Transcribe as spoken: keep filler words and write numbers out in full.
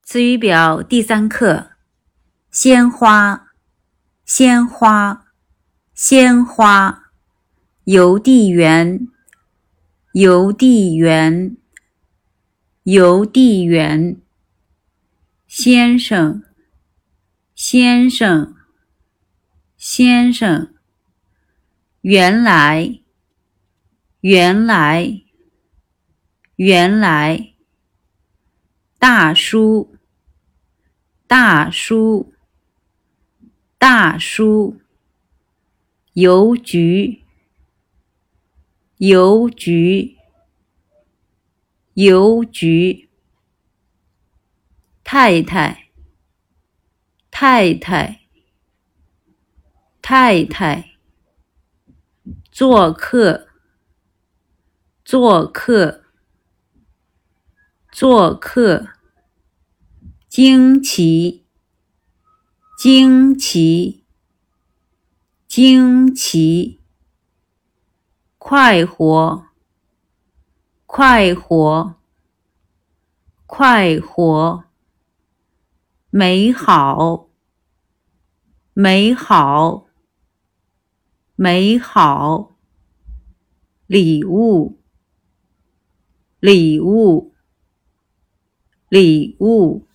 词语表第三课：鲜花，鲜花，鲜花，邮递员，邮递员，邮递员，先生，先生，先生，原来，原来，原来，大叔，大叔，大叔，邮局，邮局，邮局，太太，太太，太太，做客，做客，做客，惊奇，惊奇，惊奇，快活，快活，快活，美好，美好，美好，礼物，礼物，礼物。